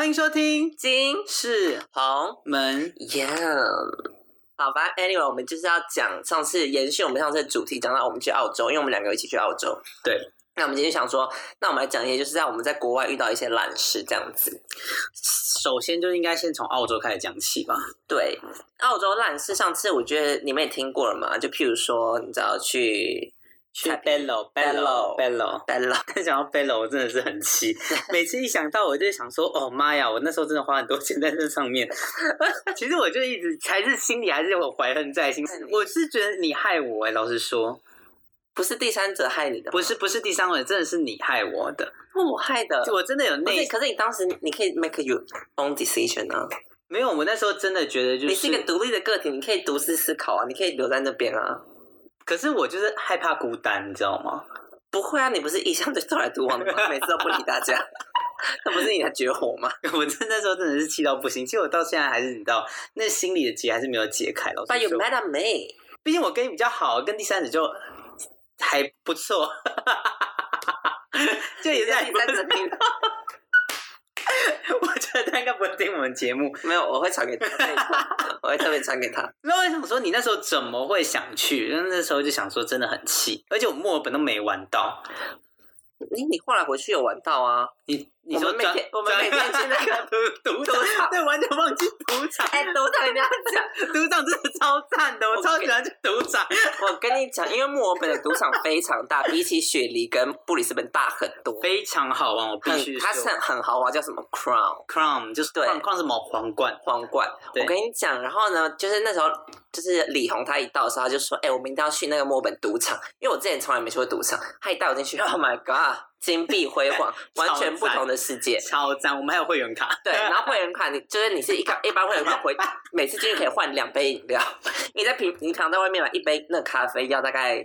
欢迎收听金是红门好吧 ，anyway， 我们就是要讲上次延续我们上次的主题，讲到我们去澳洲，因为我们两个一起去澳洲。 对， 那我们今天想说，那我们来讲一些，就是在我们在国外遇到一些烂事这样子。 首先就应该先从澳洲开始讲起吧。 对，澳洲烂事，上次我觉得你们也听过了嘛，就譬如说，你知道去 Bello， 想到 Bello 我真的是很气，每次一想到我就想说，哦妈呀，我那时候真的花很多钱在这上面。其实我就一直还是心里还是有怀恨在心，我是觉得你害我老实说。 不是第三者害你的吗？ 不是第三者，真的是你害我的。 我害的， 我真的有内。 可是你当时你可以 make your own decision 啊。 没有，我那时候真的觉得就是你是一个独立的个体，你可以独自思考啊，你可以留在那边啊。 可是我就是害怕孤单，你知道吗？ 不会啊，你不是一向就独来独往的吗？每次都不理大家，那不是你的绝活吗？ 我那时候真的是气到不行，其实我到现在还是你知道，那心里的结还是没有解开。 But you mad at me？ 毕竟我跟你比较好，跟第三者就还不错，就也是还不错。我觉得他应该不会听我们节目， 没有，我会传给他，我会特别传给他。 那我想说，你那时候怎么会想去？那时候就想说，真的很气，而且我墨尔本都没玩到。 你后来回去有玩到啊？ 你说我们每天去那个赌场， 对，完全忘记赌场。 赌场一定要讲， 赌场真的超赞的，我超喜欢去赌场。 我跟你讲，因为墨尔本的赌场非常大，比起雪梨跟布里斯本大很多， 非常好玩。我必须说， 它是很豪华，叫什么 Crown， 就是Crown 什么皇冠。 我跟你讲，然后呢，就是那时候就是李红他一到的时候，他就说：“我们一定要去那个墨尔本赌场，因为我之前从来没去过赌场。”他一带我进去 ，Oh my God！ 金碧辉煌，完全不同的世界， 超赞！我们还有会员卡， 对，然后会员卡你是一般会员卡每次进去可以换2杯饮料，你平常在外面买一杯那咖啡要大概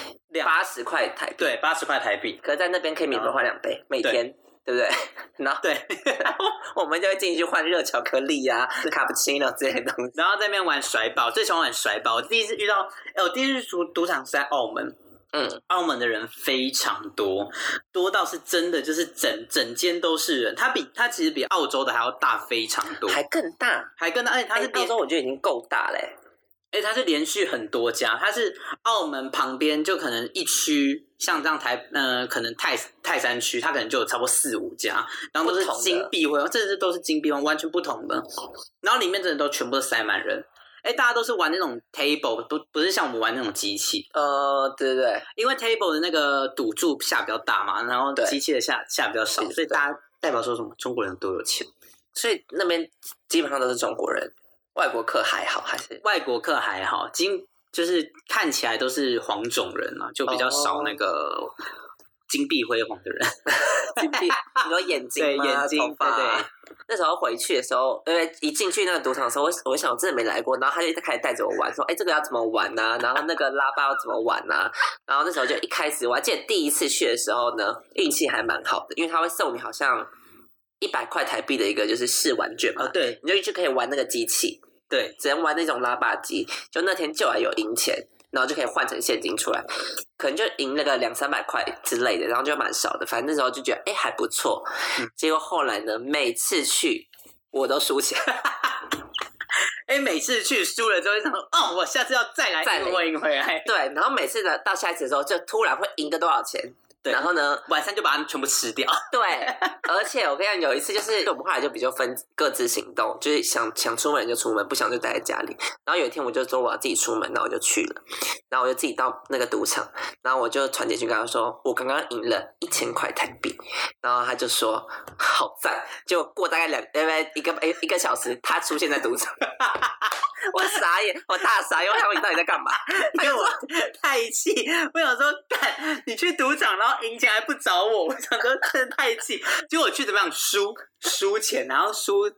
80块台币， 对，80块台币， 可是在那边可以免费换2杯，每天。对不对？然后我们就会进去换热巧克力啊、卡布奇诺这些东西， 然后在那边玩甩宝，最喜欢玩甩宝。我第一次遇到，我第一次去赌场是在澳门。澳门的人非常多，多到是真的就是整间都是人。它其实比澳洲的还要大非常多， 还更大， 而且它是澳洲我觉得已经够大嘞。 它是连续很多家，它是澳门旁边就可能一区，像这样可能泰山区，它可能就有超过4-5家，然后都是金碧辉煌，真的是都是金碧辉煌，完全不同的。然后里面真的都全部都塞满人。大家都是玩那种 table， 不是像我们玩那种机器。 对， 因为 table 的那个赌注下比较大嘛，然后机器的下比较少，所以大家代表说什么中国人都有钱， 所以那边基本上都是中国人，外国客还好，还是外国客还好，就是看起来都是黄种人啊，就比较少那个金碧辉煌的人。 金碧，你说眼睛吗？ 对，眼睛，头发。对。 那时候回去的时候，因为一进去那个赌场的时候，我想我真的没来过，然后他就开始带着我玩，说：“这个要怎么玩啊？然后那个拉巴要怎么玩啊？”然后那时候就一开始，我还记得第一次去的时候呢，运气还蛮好的，因为他会送你好像100块台币的一个就是试玩券嘛， 对， 你就可以玩那个机器， 对， 只能玩那种拉巴机。就那天就还有赢钱。然后就可以换成现金出来，可能就赢那个200-300块之类的，然后就蛮少的。反正那时候就觉得还不错。结果后来呢，每次去我都输钱。 每次去输了之后就想说，我下次要再来赢回来。 对，然后每次呢到下一次的时候，就突然会赢个多少钱。然后呢， 晚上就把它们全部吃掉。 对，而且我跟你讲，有一次就是我们后来就比较分各自行动，就是想出门就出门，不想就待在家里。然后有一天我就说我要自己出门，那我就去了。然后我就自己到那个赌场，然后我就传简讯跟他说，我刚刚赢了1000块台币。然后他就说好赞。就过大概一个小时，他出现在赌场。我傻眼，我大傻眼，我想你到底在干嘛？ 因为我太气，我想说，干你去赌场，然后赢钱还不找我，我想说真的太气。结果我去怎么样输钱，然后输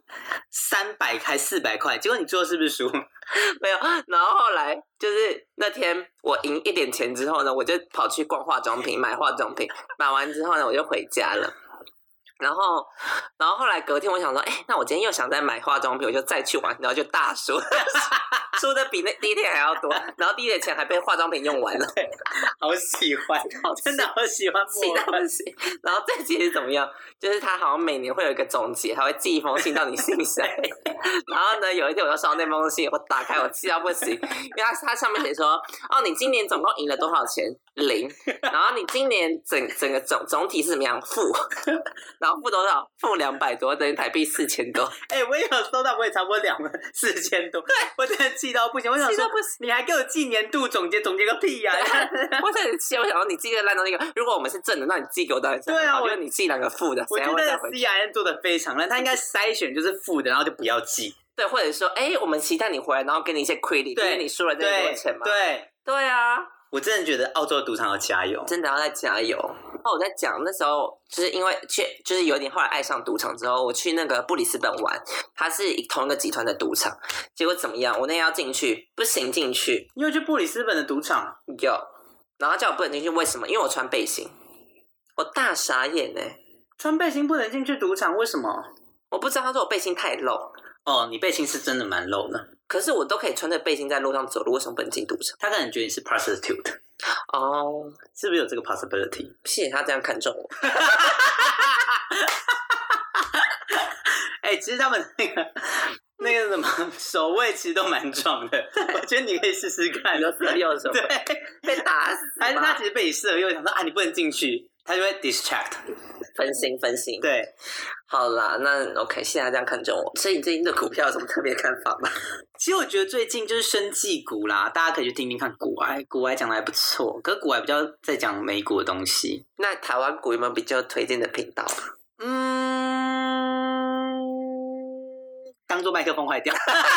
300还400块，结果你最后是不是输？ 没有。然后后来就是那天我赢一点钱之后呢，我就跑去逛化妆品，买化妆品，买完之后呢，我就回家了。然后后来隔天我想说，那我今天又想再买化妆品，我就再去玩，然后就大输。 输的比那第一天还要多，然后第一天钱还被化妆品用完了， 好喜欢，真的好喜欢墨尔本。 然后这集是怎么样？就是他好像每年会有一个总结，他会寄一封信到你信箱。然后呢，有一天我就收到那封信，我打开我气到不行，因为他上面写说，哦，你今年总共赢了多少钱？0。然后你今年整个总体是怎么样？负。然后负多少？负200多，等于台币4000多。 我也有收到，我也差不多4000多。对，我真的气到不行。我想说，你还给我记年度总结，总结个屁呀！ 我真的气，我想说你寄个烂到那个，如果我们是正的，那你寄给我当然对啊， 我觉得你寄2个负的， 我觉得 CIN 做的非常烂，他应该筛选就是负的，然后就不要寄。 对，或者说，我们期待你回来，然后给你一些 credit， 因为你输了这么多钱嘛。 对啊。 我真的觉得澳洲的赌场要加油， 真的要再加油。我在讲那时候，就是因为就是有点后来爱上赌场之后，我去那个布里斯本玩，它是同一个集团的赌场，结果怎么样？我那天要进去，不行进去。 你有去布里斯本的赌场？ 有，然后叫我不能进去，为什么？因为我穿背心，我大傻眼穿背心不能进去赌场，为什么？ 我不知道，他说我背心太露。 哦，你背心是真的蛮露的。 可是我都可以穿着背心在路上走路，为什么不能进赌场？ 他可能觉得你是 prostitute。 哦， 是不是有这个 possibility？ 谢谢他这样看中我。 其实他们那个什么守卫其实都蛮壮的，我觉得你可以试试看。 你说色诱什么？ 对， 被打死。 还是他其实被你色诱，想说你不能进去，他就会 distract。 分心。 对， 好啦，那 OK， 现在这样看中我。所以你最近对股票有什么特别看法吗？ 其实我觉得最近就是生技股啦，大家可以去听听看股癌讲的还不错，可是股癌比较在讲美股的东西。 那台湾股有没有比较推荐的频道？ 当做麦克风坏掉。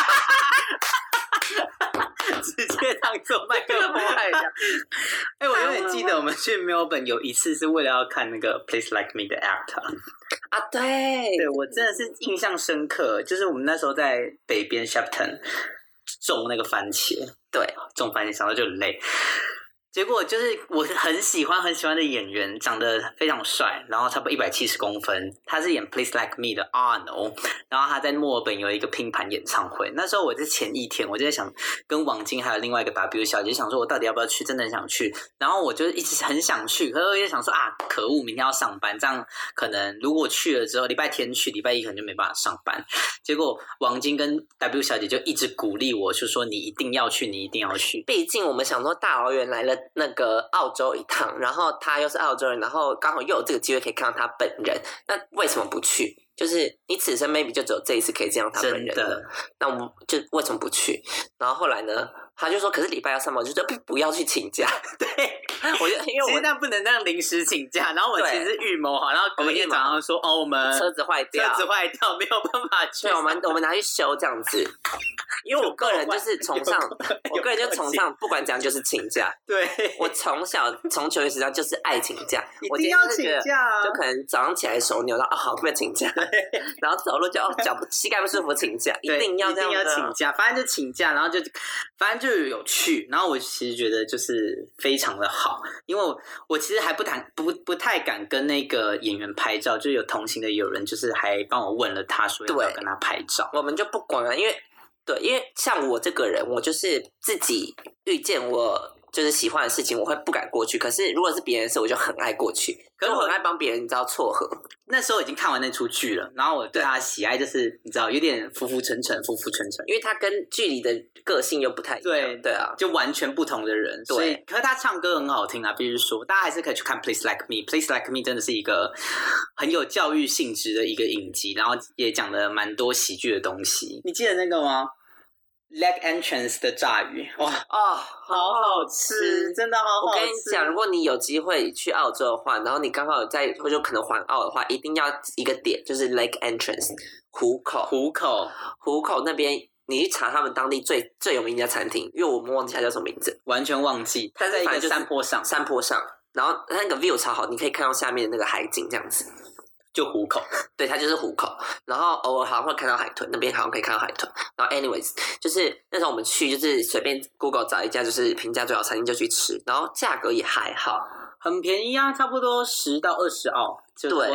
直接当做麦克风坏掉。我永远记得我们去 Melbourne 有一次是为了要看那个 Please Like Me 的 act 啊，对， 我真的是印象深刻，就是我们那时候在北边 Shepton 种那个番茄， 对， 种番茄想到就很累。结果就是我很喜欢的演员，长得非常帅，然后差不多170公分，他是演 Please Like Me 的 Arnold， 然后他在墨尔本有一个拼盘演唱会。那时候我是前一天，我就在想跟王晶还有另外一个 W 小姐想说，我到底要不要去？真的很想去，然后我就一直很想去，可是我就想说可恶，明天要上班，这样可能如果去了之后，礼拜天去，礼拜一可能就没办法上班。结果王晶跟 W 小姐就一直鼓励我，就说你一定要去，你一定要去。 毕竟我们想说大老远来了那个澳洲一趟，然后他又是澳洲人，然后刚好又有这个机会可以看到他本人，那为什么不去？就是你此生 maybe 就只有这一次可以见到他本人了，那我们就为什么不去？然后后来呢，他就说可是礼拜要上班，我就说不要去请假。对，我就因为其实那不能那样临时请假，然后我其实预谋好，然后隔天早上说我们车子坏掉没有办法去， 对，我们拿去修这样子。因为我个人就是崇尚，不管怎样就是请假。对，我从小从求学时代就是爱请假， 一定要请假就可能早上起来手扭到好，不要请假，然后走路就膝盖不舒服请假，一定要这样， 一定要请假，反正就请假，然后反正就有趣。然后我其实觉得就是非常的好，因为我其实还不太敢跟那个演员拍照，就有同行的有人就是还帮我问了他说要不要跟他拍照， 我们就不管了，因为像我这个人，我就是自己遇见我就是喜欢的事情，我会不敢过去。可是如果是别人的事，我就很爱过去。可是我很爱帮别人，你知道撮合。 那时候已经看完那出剧了，然后我对他的喜爱就是你知道有点浮浮沉沉， 因为他跟剧里的个性又不太一样。对啊， 就完全不同的人。所以，可是他唱歌很好听啊，必须说，大家还是可以去看 Please Like Me。Please Like Me 真的是一个很有教育性质的一个影集，然后也讲了蛮多喜剧的东西。你记得那个吗？Leg Entrance 的炸鱼，哇好好吃，真的好好吃。 我跟你讲，如果你有机会去澳洲的话，然后你刚好或者可能环澳的话，一定要一个点，就是 Leg Entrance 湖口那边，你去查他们当地最有名的餐厅，因为我们忘记它叫什么名字， 完全忘记。它在一个山坡上， 然后那个 view 超好，你可以看到下面的那个海景这样子。 就湖口， 对，它就是湖口，然后偶尔好像会看到海豚，那边好像可以看到海豚。然后 anyways， 就是那时候我们去，就是随便 Google 找一家就是评价最好餐厅就去吃，然后价格也还好， 很便宜啊，差不多10到20澳，就对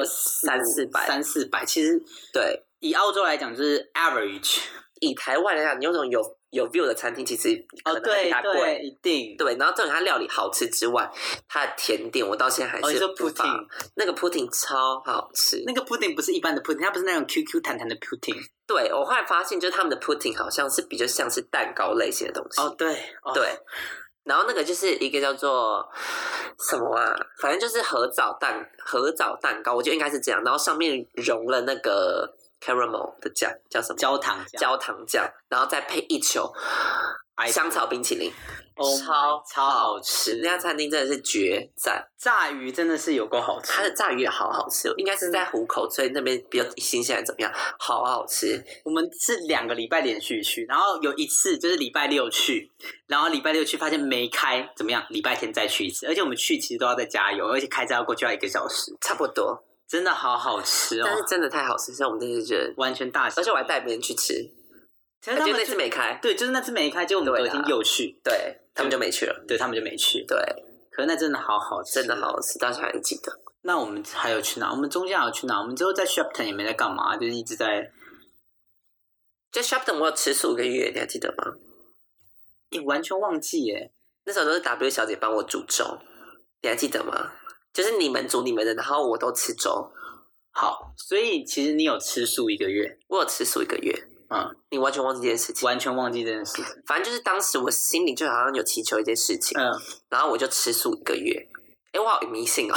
300-400，其实对， 以澳洲来讲就是 average。 以台湾来讲，你有种有有 view 的餐厅，其实可能还比它贵， 对，一定对。然后重点它料理好吃之外，它的甜点我到现在还是不乏那个 pudding 超好吃。 那个 pudding 不是一般的 pudding， 它不是那种 QQ 弹弹的 pudding。 对，我后来发现，就是他们的 pudding 好像是比较像是蛋糕类型的东西。 对， 对。然后那个就是一个叫做什么啊，反正就是合枣蛋糕，我觉得应该是这样。然后上面融了那个 caramel 的酱，叫什么？焦糖酱，然后再配一球香草冰淇淋，超好吃！那家餐厅真的是绝赞， 炸鱼真的是有够好吃， 它的炸鱼也好好吃，应该是在湖口，所以那边比较新鲜，怎么样？好好吃。 我们是2个礼拜连续去，然后有一次就是礼拜六去，然后礼拜六去发现没开，怎么样？礼拜天再去一次，而且我们去其实都要再加油，而且开车要过去要1个小时， 差不多。 真的好好吃哦！ 但是真的太好吃，所以我们真的觉得完全大喜欢， 而且我还带别人去吃。就那次没开， 对，就是那次没开，结果我们隔天又去， 对他们就没去了， 对他们就没去， 对。 可是那真的好好吃， 真的好好吃，到现在还记得。 那我们还有去哪？我们中间还有去哪？我们之后在 Shopton 也没在干嘛，就是一直在。 在 Shopton 我有吃素1个月，你还记得吗？ 你完全忘记耶！ 那时候都是 W 小姐帮我煮粥，你还记得吗？就是你们煮你们的，然后我都吃粥。 好，所以其实你有吃素1个月， 我有吃素1个月。你完全忘记这件事情， 完全忘记这件事情。 反正就是当时我心里就好像有祈求一件事情，然后我就吃素1个月。我好迷信哦。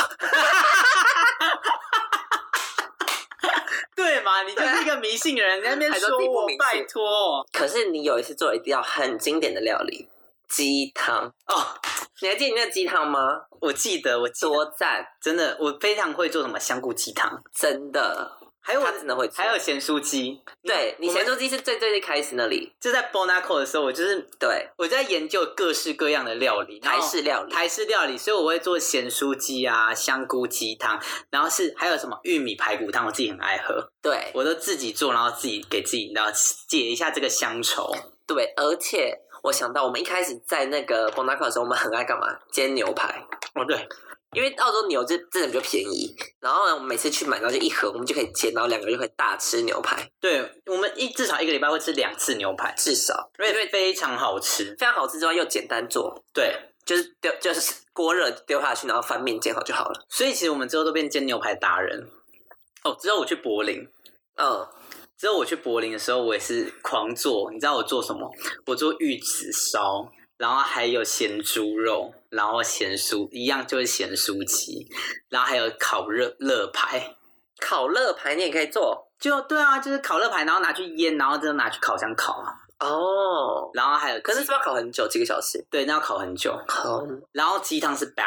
对嘛？你就是一个迷信人，在那边说我拜托。 可是你有一次做了一道很经典的料理——鸡汤哦。你还记得你那个鸡汤吗？ 我记得， 多赞！ 真的，我非常会做什么香菇鸡汤， 真的。还有他真的会做，还有咸酥鸡。 对，你咸酥鸡是最开始那里， 就在 Bonaco 的时候，我就是我在研究各式各样的料理， 台式料理，所以我会做咸酥鸡啊、香菇鸡汤，然后还有什么玉米排骨汤，我自己很爱喝， 对我都自己做，然后自己给自己然后解一下这个乡愁。 对，而且我想到我们一开始在那个 Bonaco 的时候，我们很爱干嘛？煎牛排。 对。 因为澳洲牛真的比较便宜，然后呢，我们每次去买，然后就1盒，我们就可以煎，然后2个人就可以大吃牛排。 对，我们至少1个礼拜会吃2次牛排， 至少， 因为非常好吃， 非常好吃之外又简单做。对，就是锅热丢下去，然后翻面煎好就好了。 所以其实我们之后都变煎牛排达人。之后我去柏林，之后我去柏林的时候，我也是狂做。你知道我做什么？我做玉子烧。然后还有咸猪肉，然后一样就是咸酥鸡，然后还有烤乐排。 烤乐排你也可以做？ 对啊，就是烤乐排，然后拿去腌，然后再拿去烤箱烤啊。然后还有， 可是是不是要烤很久，几个小时？ 对，那要烤很久。然后鸡汤是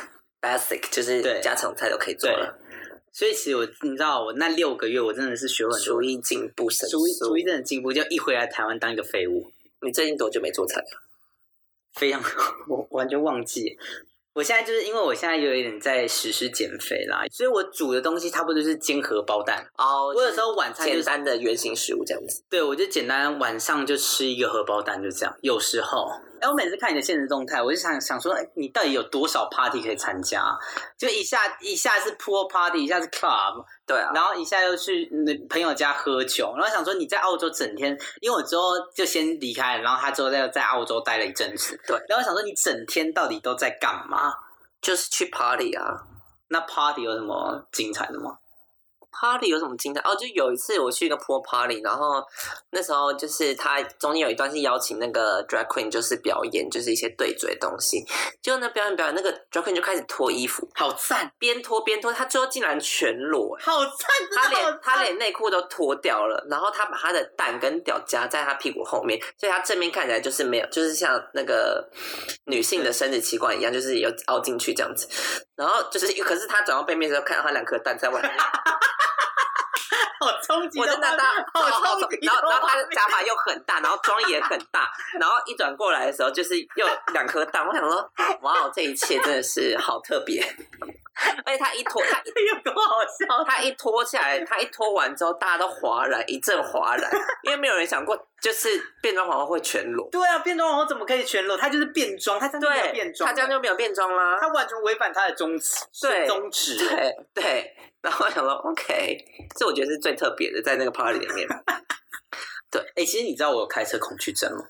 basic 就是家常菜都可以做了。 所以其实你知道，我那6个月我真的是学很多， 厨艺进步神速， 厨艺真的进步，就一回来台湾当一个废物。 你最近多久没做菜了？ 非常，我完全忘记。我现在就是因为我现在有一点在实施减肥啦，所以我煮的东西差不多就是煎荷包蛋。我有时候晚餐简单的原型食物这样子。 对，我就简单晚上就吃1个荷包蛋，就这样。有时候，我每次看你的现实动态，我就想说，你到底有多少 party 可以参加？就一下是 pool party， 一下是 club。 对啊， 然后一下又去朋友家喝酒，然后想说你在澳洲整天，因为我之后就先离开了，然后他之后在澳洲待了一阵子， 对， 然后想说你整天到底都在干嘛？ 就是去 party 啊。 那 party 有什么精彩的吗 ？party 有什么精彩？就有一次我去一个 pool party， 然后那时候就是他中间有一段是邀请那个 drag queen， 就是表演，就是一些对嘴的东西。结果呢表演，那个 drag queen 就开始脱衣服， 好赞！ 边脱，他最后竟然全裸， 好赞！ 他连内裤都脱掉了，然后他把他的蛋跟屌夹在他屁股后面，所以他正面看起来就是没有，就是像那个女性的生殖器官一样，就是有凹进去这样子。然后就是，可是他转到背面的时候，看到他2颗蛋在外面。 好冲击！ 我真的好冲击！然后他的假发又很大，然后妆也很大，然后一转过来的时候，就是又2颗蛋。我想说，哇，这一切真的是好特别。而且他一脱，他有多好笑！ 他一脱下来，他一脱完之后，大家都哗然，一阵哗然，因为没有人想过，就是变装皇后会全裸。 对啊，变装皇后怎么可以全裸？他就是变装，他这样就没有变装， 他这样就没有变装啦， 他完全违反他的宗旨。 对。然后我想说 ，OK， 这我觉得是最特别的，在那个 party 里面。对， 其实你知道我有开车恐惧症吗？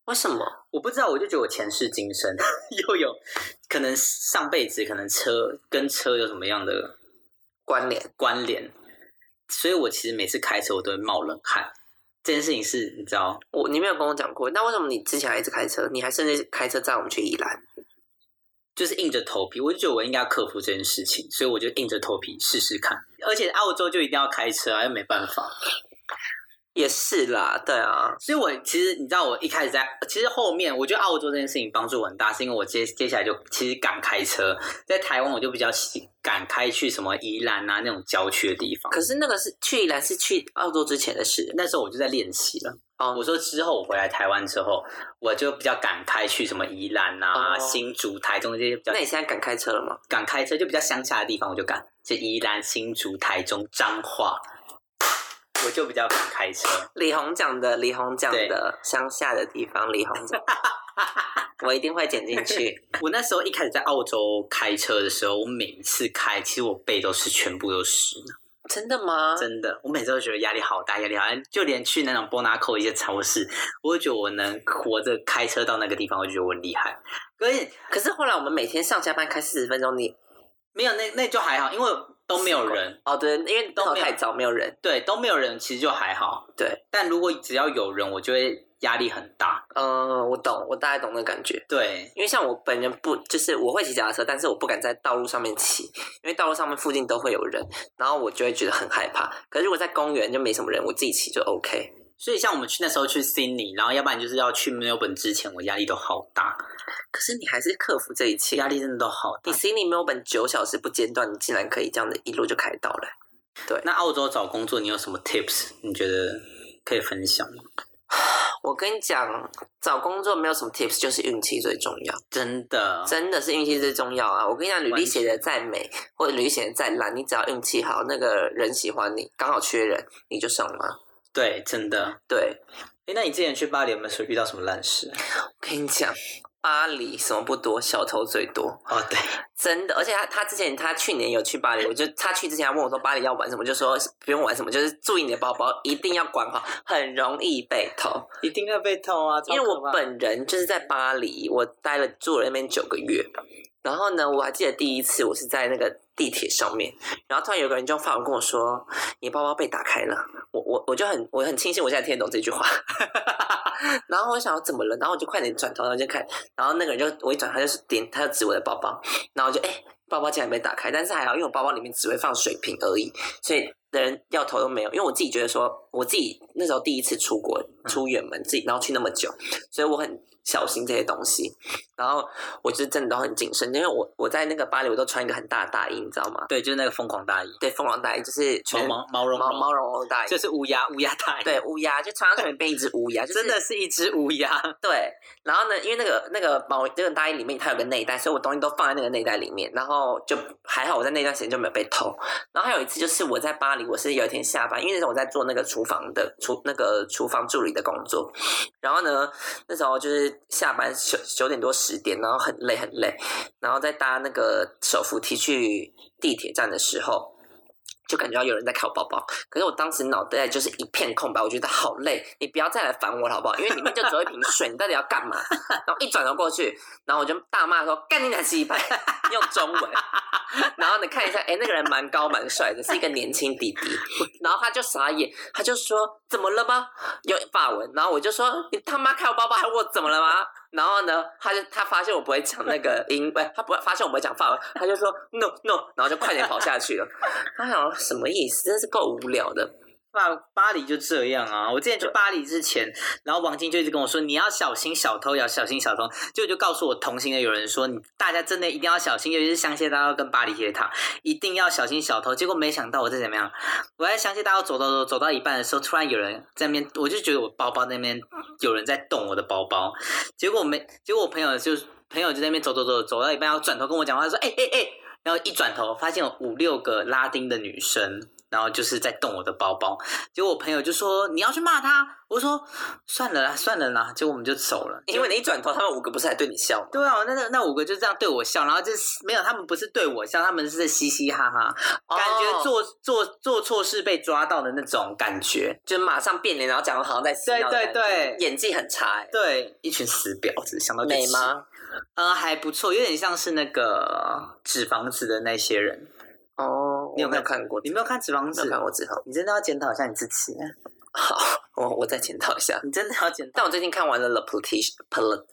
为什么？ 我不知道，我就觉得我前世今生又有可能上辈子可能跟车有什么样的关联， 所以我其实每次开车我都会冒冷汗。这件事情是你知道， 你没有跟我讲过，那为什么你之前还一直开车？你还甚至开车载我们去宜兰？ 就是硬着头皮，我就觉得我应该要克服这件事情，所以我就硬着头皮试试看。而且澳洲就一定要开车啊，又没办法。 也是啦，对啊。 所以我其实你知道，我一开始其实后面我觉得澳洲这件事情帮助我很大，是因为我接下来就其实敢开车。在台湾我就比较敢开去什么宜兰啊那种郊区的地方。 可是那个是去宜兰是去澳洲之前的事， 那时候我就在练习了。我说之后我回来台湾之后，我就比较敢开去什么宜兰啊、新竹、台中这些比较。 那你现在敢开车了吗？ 敢开车就比较乡下的地方，我就敢，就宜兰、新竹、台中、彰化。我就比较敢开车。 李红讲的乡下的地方，李红讲，我一定会剪进去。 我那时候一开始在澳洲开车的时候，我每一次开，其实我背都是全部都湿的。 真的吗？ 真的，我每次都觉得压力好大，就连去那种波拿扣一些超市，我就觉得我能活着开车到那个地方，我就觉得我很厉害。 可是后来我们每天上下班开40分钟，你没有那就还好，因为都没有人。 对，因为都太早没有人， 对，都没有人，其实就还好。 对， 但如果只要有人，我就会压力很大。 我懂，我大概懂那感觉。 对， 因为像我本人就是我会骑脚踏车，但是我不敢在道路上面骑，因为道路上面附近都会有人，然后我就会觉得很害怕。可是如果在公园就没什么人，我自己骑就 OK。 所以像我们那时候去 Sydney， 然后要不然就是要去 Melbourne 之前，我压力都好大。 可是你还是克服这一切， 压力真的都好大。 你 Sydney Melbourne 9小时不间断，你竟然可以这样的一路就开到了。对， 那澳洲找工作你有什么 tips？ 你觉得可以分享吗？ 我跟你讲，找工作没有什么 tips， 就是运气最重要。 真的是运气最重要啊！我跟你讲，履历写的再美，或者履历写的再烂，你只要运气好，那个人喜欢你，刚好缺人，你就上了。 对，真的。 对， 那你之前去巴黎有没有遇到什么烂事？ 我跟你讲，巴黎什么不多，小偷最多。 对， 真的。而且他去年有去巴黎，他去之前问我说巴黎要玩什么，就说不用玩什么，就是注意你的包包一定要管好，很容易被偷， 一定要被偷啊！ 因为我本人就是在巴黎，我住了那边9个月。然后呢，我还记得第一次我是在那个地铁上面，然后突然有个人就发文跟我说：“你包包被打开了。”我很庆幸我现在听得懂这句话。然后我想要怎么了，然后我就快点转头，然后就看，然后那个人我一转，他就指我的包包，然后我就包包竟然被打开，但是还好，因为我包包里面只会放水瓶而已，所以的人要投都没有。因为我自己觉得说，我自己那时候第一次出国出远门，自己然后去那么久，所以我很小心这些东西。然后我就是真的都很谨慎，因为我在那个巴黎，我都穿一个很大的大衣，你知道吗？ 对，就是那个疯狂大衣。 对，疯狂大衣就是毛茸茸大衣， 就是乌鸦大衣。 对，乌鸦就穿上去变一只乌鸦，就是、 真的是一只乌鸦。 对，然后呢，因为那个大衣里面它有个内袋，所以我东西都放在那个内袋里面，然后就还好，我在那段时间就没有被偷。然后还有一次就是我在巴黎，我是有一天下班，因为那时候我在做那个厨房助理的工作，然后呢那时候就是下班9点多10点，然后很累，然后在搭那个手扶梯去地铁站的时候，就感觉到有人在看我包包，可是我当时脑袋就是一片空白，我觉得好累，你不要再来烦我了好不好？因为里面就只有一瓶水，你到底要干嘛？然后一转头过去，然后我就大骂说：“干你娘鸡掰！”用中文。然后你看一下，那个人蛮高蛮帅的，是一个年轻弟弟。然后他就傻眼，他就说：“怎么了吗？”用法文。然后我就说：“你他妈开我包包，还问我怎么了吗？”然后呢，他发现我不会讲那个英文，他发现我不会讲法文，他就说 no， 然后就快点跑下去了。他想什么意思？真是够无聊的。 巴黎就这样啊！我之前去巴黎之前，然后王晶就一直跟我说：“你要小心小偷，要小心小偷。”就告诉我同行的有人说：“大家真的一定要小心，尤其是香榭大道跟巴黎铁塔，一定要小心小偷。”结果没想到我在怎么样？我在香榭大道走到一半的时候，突然有人在那边，我就觉得我包包那边有人在动我的包包，结果我朋友就在那边走到一半要转头跟我讲话，他说：“然后一转头发现有5-6个拉丁的女生。 然后就是在动我的包包。结果我朋友就说你要去骂他，我说算了啦算了啦，结果我们就走了。 因为你一转头，他们5个不是还对你笑吗？ 对啊，那5个就这样对我笑，然后就是没有，他们不是对我笑，他们是在嘻嘻哈哈，感觉做错事被抓到的那种感觉， 就马上变脸，然后讲好像在嬉闹的感觉。 对， 演技很差对，一群死婊子，想到就美吗？ 还不错，有点像是那个纸房子的那些人。 哦， 你有没有看过？ 你没有看纸房子？ 没有看过纸房子。 你真的要检讨一下你自己。 好，我再检讨一下。 你真的要检讨。 但我最近看完了《The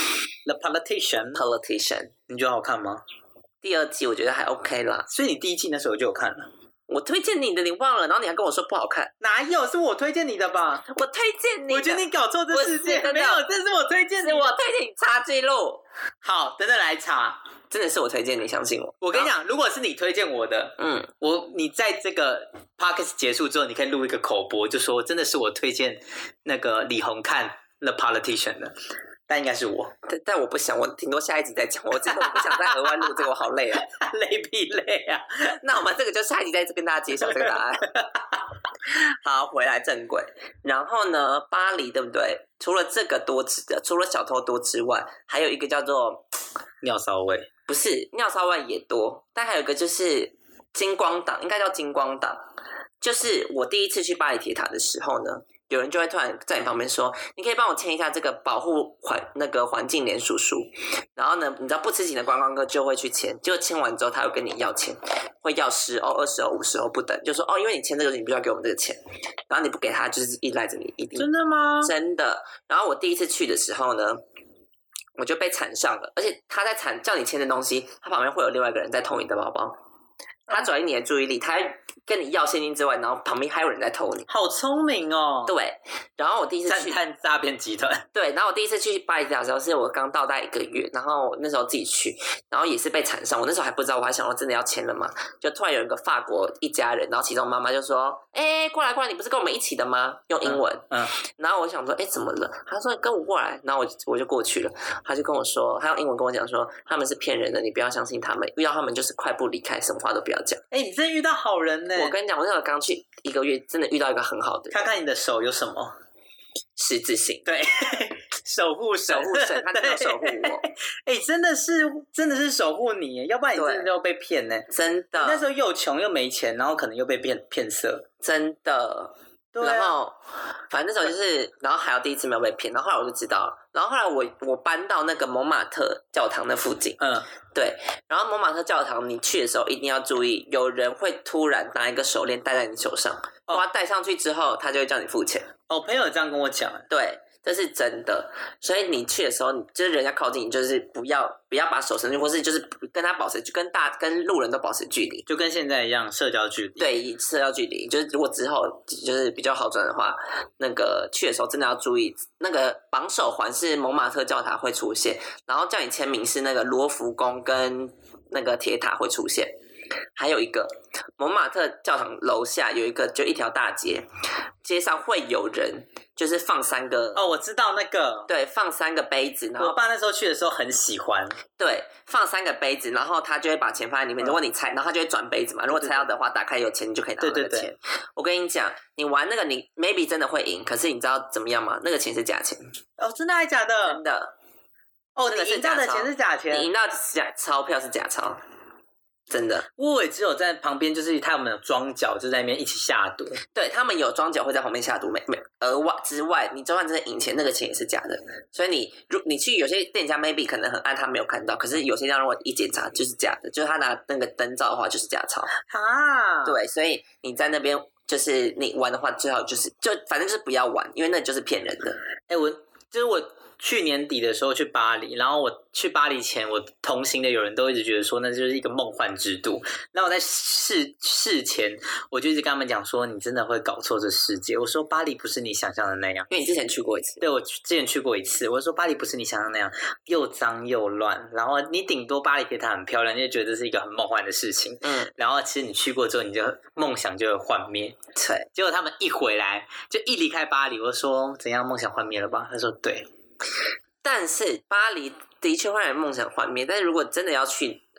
Politician》， 你觉得好看吗？ 第2季我觉得还 OK 啦。 所以你第1季那时候就有看了。 我推荐你的，你忘了，然后你还跟我说不好看。 哪有？是我推荐你的吧？ 我推荐你的。 我觉得你搞错这世界。没有，这是我推荐你的。 是我推荐你查记录。 好，等等来查。 真的是我推荐你，相信我。 我跟你讲，如果是你推荐我的，你在这个 podcast 结束之后，你可以录一个口播，就说真的是我推荐那个李红看 The Politician 的。但应该是我， 但我不想，我顶多下一集再讲。我真的不想再额外录这个，我好累啊， 累屁累啊！ 那我们这个就下一集再跟大家揭晓这个答案。好，回来正轨。然后呢，巴黎对不对？除了这个多指的，除了小偷多之外，还有一个叫做尿骚味， 不是尿骚味也多，但还有一个就是金光党，应该叫金光党。就是我第一次去巴黎铁塔的时候呢。有人就会突然在你旁边说：“你可以帮我签一下这个保护环境联署书。”然后呢，你知道不知情的观光客就会去签，结果签完之后，他又跟你要钱，会要10欧、20欧、50欧不等，就说：“哦，因为你签这个，你必须要给我们这个钱。”然后你不给他，就是依赖着你一定。 真的吗？ 真的。然后我第一次去的时候呢，我就被缠上了，而且他在叫你签的东西，他旁边会有另外一个人在偷你的包包。他转移你的注意力，他跟你要现金之外，然后旁边还有人在偷你， 好聪明哦。 对，然后我第一次去探诈骗集团， 对，然后我第一次去巴黎铁塔的时候，是我刚到大概1个月，然后那时候自己去，然后也是被缠上。我那时候还不知道，我还想说真的要签了吗？就突然有一个法国一家人，然后其中妈妈就说：“过来过来，你不是跟我们一起的吗？”用英文，然后我想说：“怎么了？”他说：“跟我过来。”然后我就过去了，他就跟我说，他用英文跟我讲说，他们是骗人的，你不要相信他们，遇到他们就是快步离开，什么话都不要讲。 你真的遇到好人呢！ 我跟你讲，我那时候刚去1个月，真的遇到一个很好的人。 看看你的手有什么十字星， 对，守护神， 他真的守护我。 真的是守护你，要不然你真的就被骗呢。 真的， 你那时候又穷又没钱，然后可能又被骗色， 真的。然后反正那时候就是，然后还有第一次没有被骗，然后后来我就知道了。然后后来我搬到那个蒙马特教堂的附近，对。然后蒙马特教堂你去的时候一定要注意，有人会突然拿一个手链戴在你手上，他戴上去之后，他就会叫你付钱。 朋友这样跟我讲， 对。这是真的，所以你去的时候，就是人家靠近你，就是不要把手伸进去，或是就是跟他保持，就跟路人都保持距离， 就跟现在一样，社交距离。 对，社交距离，就是如果之后就是比较好转的话，那个去的时候真的要注意，那个绑手环是蒙马特教堂会出现，然后叫你签名是那个罗浮宫跟那个铁塔会出现。还有一个蒙马特教堂楼下有一个，就一条大街，街上会有人就是放3个我知道那个， 对，放3个杯子，然后我爸那时候去的时候很喜欢， 对，放3个杯子，然后他就会把钱放在里面，如果你猜，然后他就会转杯子嘛，如果猜到的话，打开有钱你就可以拿到那个钱。对，我跟你讲，你玩那个你 maybe 真的会赢，可是你知道怎么样吗？那个钱是假钱。 真的还是假的？ 真的。 你赢到的钱是假钱， 你赢到钞票是假钞。真的， 我也只有在旁边，就是他们有庄脚，就在那边一起下赌。 对，他们有庄脚会在旁边下赌，额外之外，你就算真的赢钱，那个钱也是假的。所以你去有些店家 maybe 可能很暗，他没有看到，可是有些店如果一检查就是假的，就是他拿那个灯照的话就是假钞。对，所以你在那边就是你玩的话，最好就反正就是不要玩，因为那就是骗人的。 我去年底的时候去巴黎，然后我去巴黎前，我同行的有人都一直觉得说那就是一个梦幻之都。然后我在事前，我就一直跟他们讲说，你真的会搞错这世界。我说巴黎不是你想象的那样， 因为你之前去过一次。 对，我之前去过一次。我说巴黎不是你想象那样，又脏又乱。然后你顶多巴黎铁塔很漂亮，你就觉得这是一个很梦幻的事情。然后其实你去过之后，你就梦想就会幻灭。 对， 结果他们一回来，就一离开巴黎，我说怎样梦想幻灭了吧？他说对。 但是巴黎的确会让人梦想幻灭，但是如果真的要去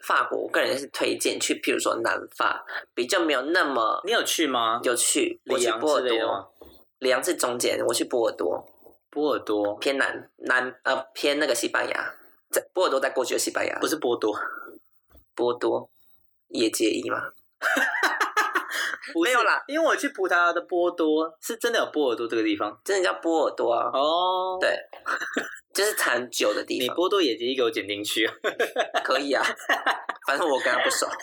法国，我个人是推荐去，譬如说南法，比较没有那么。 你有去吗？ 有去，我去波尔多。里昂是中间，我去波尔多。 波尔多偏南偏那个西班牙，波尔多在过去的西班牙， 不是波多。 波多也介意吗？ 没有啦，因为我去葡萄牙的波多是真的有波尔多这个地方， 真的叫波尔多啊。 哦， 对，就是产酒的地方。 你波多野结衣给我剪进去， 可以啊，反正我跟他不熟。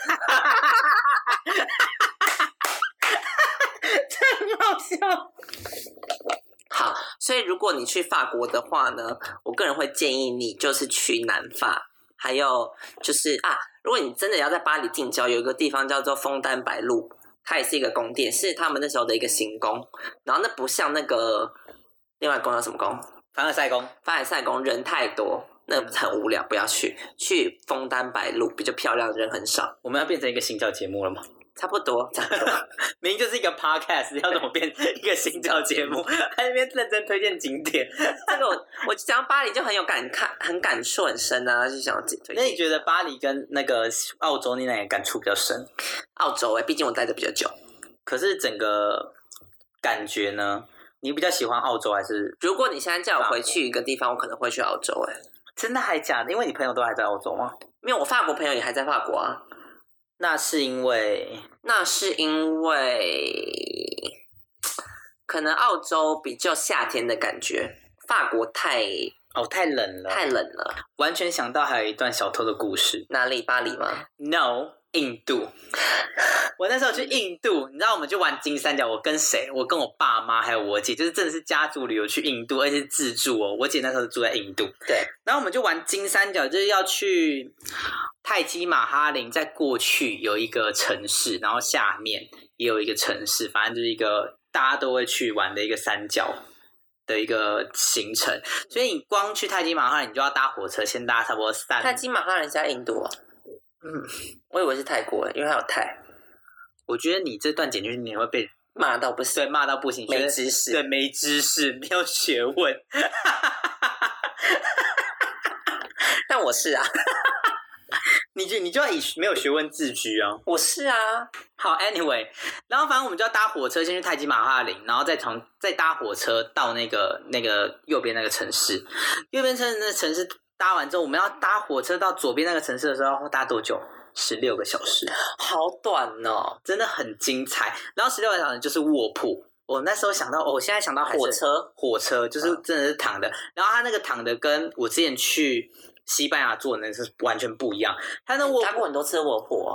这很好笑。 好，所以如果你去法国的话呢，我个人会建议你就是去南法，还有就是如果你真的要在巴黎近郊，有一个地方叫做枫丹白露，它也是一个宫殿，是他们那时候的一个行宫，然后那不像那个另外宫叫什么宫？ 凡尔赛宫。 凡尔赛宫人太多，那很无聊，不要去。去枫丹白露比较漂亮，人很少。 我们要变成一个行脚节目了吗？ 差不多。 明明就是一个 podcast， 要怎么变一个行脚节目？在那边认真推荐景点。 这个我讲到巴黎就很有很感触很深啊，就想推荐。 那你觉得巴黎跟那个澳洲你哪个感触比较深？ 澳洲毕竟我待的比较久。 可是整个感觉呢？你比较喜欢澳洲还是？ 如果你现在叫我回去一个地方，我可能会去澳洲。 真的还假的？因为你朋友都还在澳洲吗？ 没有，我法国朋友也还在法国啊。 那是因为可能澳洲比较夏天的感觉，法国太冷了， 太冷了。 完全想到还有一段小偷的故事。 哪里？巴黎吗 ？No， 印度。我那时候去印度，你知道我们就玩金三角，我跟谁？我跟我爸妈还有我姐，就是真的是家族旅游去印度，而且是自助哦。我姐那时候住在印度， 对。 然后我们就玩金三角，就是要去泰姬玛哈陵，在过去有一个城市，然后下面也有一个城市，反正就是一个大家都会去玩的一个三角的一个行程。所以你光去泰姬玛哈陵，你就要搭火车，先搭差不多泰姬玛哈陵是在印度啊。我以为是泰国，因为它有泰。 我觉得你这段剪进去，你会被骂到不行。 对，骂到不行， 没知识。 对，没知识，没有学问。 但我是啊。 你就要以没有学问自居啊。 我是啊。 好 ，anyway， 然后反正我们就要搭火车先去泰姬玛哈陵，然后再搭火车到那个右边那个城市。右边城市搭完之后，我们要搭火车到左边那个城市的时候，要搭多久？16个小时， 好短哦， 真的很精彩。然后16个小时就是卧铺。我那时候想到，我现在想到还是火车就是真的是躺的。然后他那个躺的跟我之前去西班牙做的那是完全不一样。他那卧铺搭过很多次卧铺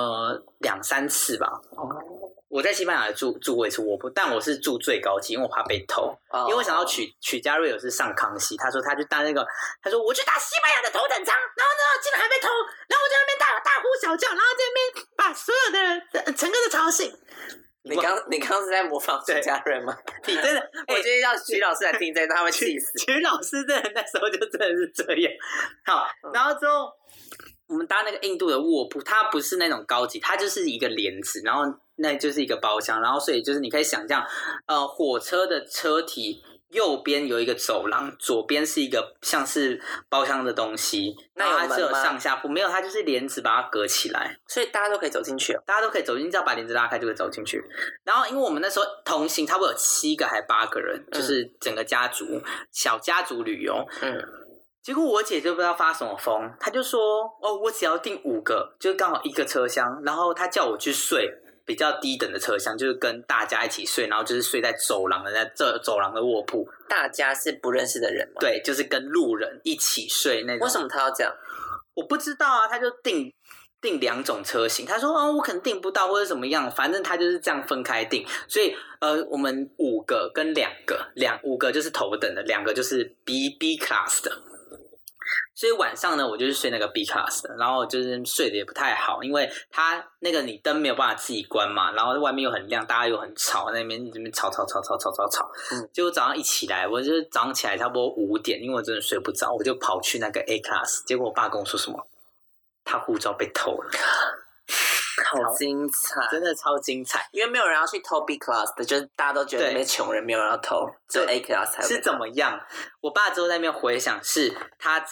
2-3次吧。我在西班牙住过一次卧铺，但我是住最高级，因为我怕被偷。因为我想到曲家瑞有是上康熙，他说他去搭那个，他说我去搭西班牙的头等舱，然后呢竟然还被偷，然后我在那边大呼小叫，然后在那边把所有的乘客都吵醒。 你刚是在模仿曲家瑞吗？ 你真的， 我觉得要曲老师来听这一段，他会气死。 曲老师真的那时候就真的是这样。好，然后之后我们搭那个印度的卧铺，它不是那种高级，它就是一个帘子，然后那就是一个包厢，然后所以就是你可以想象，火车的车体右边有一个走廊，左边是一个像是包厢的东西， 那有门吗？ 它只有上下铺，没有，它就是帘子把它隔起来， 所以大家都可以走进去。 大家都可以走进，只要把帘子拉开就可以走进去。然后因为我们那时候同行差不多有7个还8个人，就是整个家族小家族旅游。结果我姐就不知道发什么疯，她就说我只要订5个，就刚好1个车厢，然后她叫我去睡比较低等的车厢，就是跟大家一起睡，然后就是睡在走廊的卧铺。 大家是不认识的人吗？ 对，就是跟路人一起睡那种。 为什么他要这样？ 我不知道啊，他就订2种车型，他说我可能订不到或者怎么样，反正他就是这样分开订。所以我们5个跟2个，5个就是头等的，2个就是 B class 的。所以晚上呢，我就是睡那个 B class 的，然后就是睡得也不太好，因为它那个你灯没有办法自己关嘛，然后外面又很亮，大家又很吵，那边吵。结果早上一起来，我就早上起来差不多5点，因为我真的睡不着，我就跑去那个 A class， 结果我爸跟我说什么？他护照被偷了。 好精彩， 真的超精彩！ 因为没有人要去偷 B class 的，就是大家都觉得那边穷人，没有人要偷，只有 A class 才会。 是怎么样？我爸之后在那边回想，是他在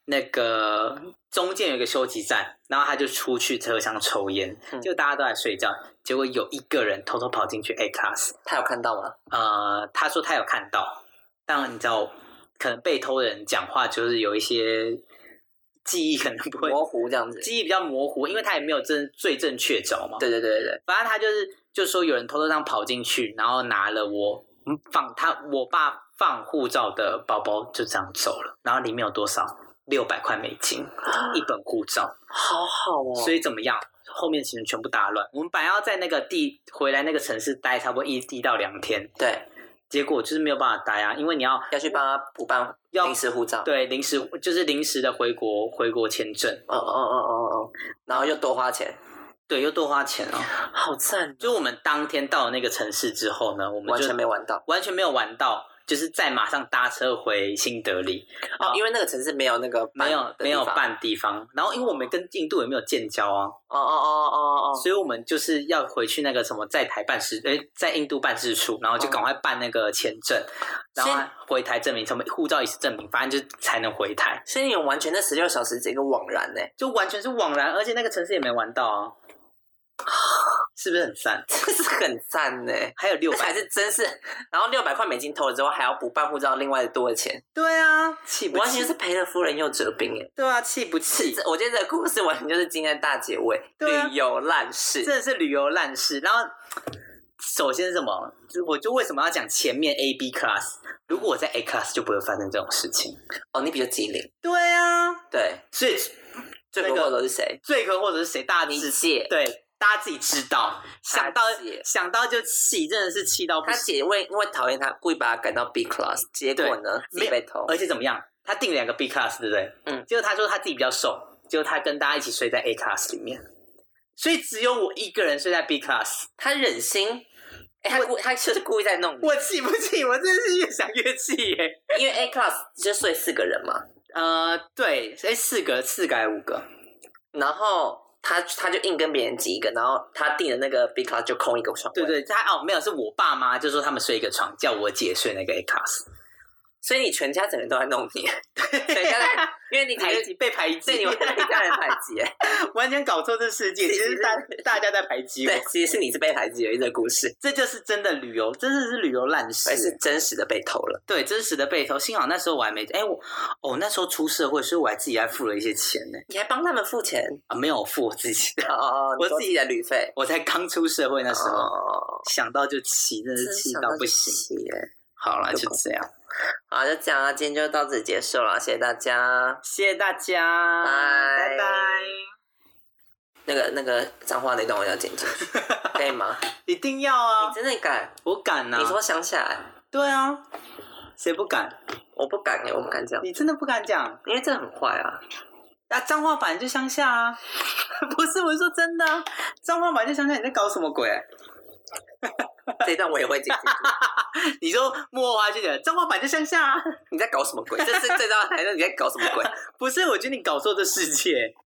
那个中间有一个休息站，然后他就出去车厢抽烟，结果大家都在睡觉，结果有一个人偷偷跑进去 A class， 他有看到吗？ 他说他有看到，当然你知道，可能被偷的人讲话就是有一些记忆可能不会模糊这样子， 记忆比较模糊，因为他也没有最正确找嘛。 对， 反正他就说有人偷偷这样跑进去，然后拿了我爸放护照的包包就这样走了，然后里面有多少？600块美金，一本护照， 好好哦。 所以怎么样？后面行程全部大乱。我们本来要在那个回来那个城市待差不多1到2天， 对， 结果就是没有办法待啊，因为你要去帮他补办临时护照， 对，临时的回国签证， 然后又多花钱。 对，又多花钱哦， 好赞！ 就我们当天到了那个城市之后呢，我们完全没玩到， 完全没有玩到，就是再马上搭车回新德里。 因为那个城市没有那个没有办地方，然后因为我们跟印度也没有建交啊，所以我们就是要回去那个什么在印度办事处，然后就赶快办那个签证，然后回台证明什么护照也是证明，反正就才能回台。 所以你完全那16小时这个枉然呢， 就完全是枉然，而且那个城市也没玩到啊。是不是很赞？ 这是很赞呢， 还有600， 才是真是。然后600块美金投了之后，还要补办护照，另外多的钱。 对啊，气不气？ 完全是赔了夫人又折兵哎。 对啊，气不气？ 我觉得这个故事完全就是今天大结尾，旅游烂事， 真的是旅游烂事。然后，首先是什么？我就为什么要讲前面 A、B class？ 如果我在 A class 就不会发生这种事情。 你比较机灵。 对啊， 对， 所以罪魁祸首是谁？ 罪魁祸首是谁？大家对。大家自己知道，想到就气，真的是气到不行。 他姐因为讨厌他，故意把他赶到 B class， 结果呢自己被偷， 而且怎么样？他订了2个 B class， 对不对？结果他说他自己比较瘦，结果他跟大家一起睡在 A class 里面，所以只有我一个人睡在 B class， 他忍心。他就是故意在弄你。 我气不气？我真的是越想越气耶！ 因为 A class 就睡4个人嘛。 对，4个还是5个？ 然后。他就硬跟别人挤一个，然后他订的那个 B class 就空一个床位。 对，没有，是我爸妈就说他们睡一个床，叫我姐睡那个 A class。 所以你全家整个都在弄你，全家因为你被排挤， 对，你被家人排挤， 完全搞错这世界，其实大家在排挤我， 对，其实是你是被排挤的一个故事， 这就是真的旅游，真的是旅游烂事， 是真实的被偷了， 对，真实的被偷。幸好那时候我还没，我那时候出社会，所以我还自己还付了一些钱呢。 你还帮他们付钱啊？没有付我自己的， 我自己的旅费， 我才刚出社会那时候，想到就气，真的是气到不行。好了，就这样。 好，就这样啊，今天就到此结束了，谢谢大家， 谢谢大家，拜拜。 那个脏话那段我要剪进去，可以吗？ 一定要啊！ 你真的敢？ 我敢啊！ 你说乡下？ 对啊，谁不敢？ 我不敢我不敢讲。 你真的不敢讲？ 因为这很坏啊！ 彰化版就乡下啊！不是，我是说真的啊，彰化版就乡下，你在搞什么鬼？ 这一段我也会剪进去。 你说幕后花絮的彰化版就乡下啊？ 你在搞什么鬼？这段还是你在搞什么鬼？ 不是，我觉得你搞错这世界。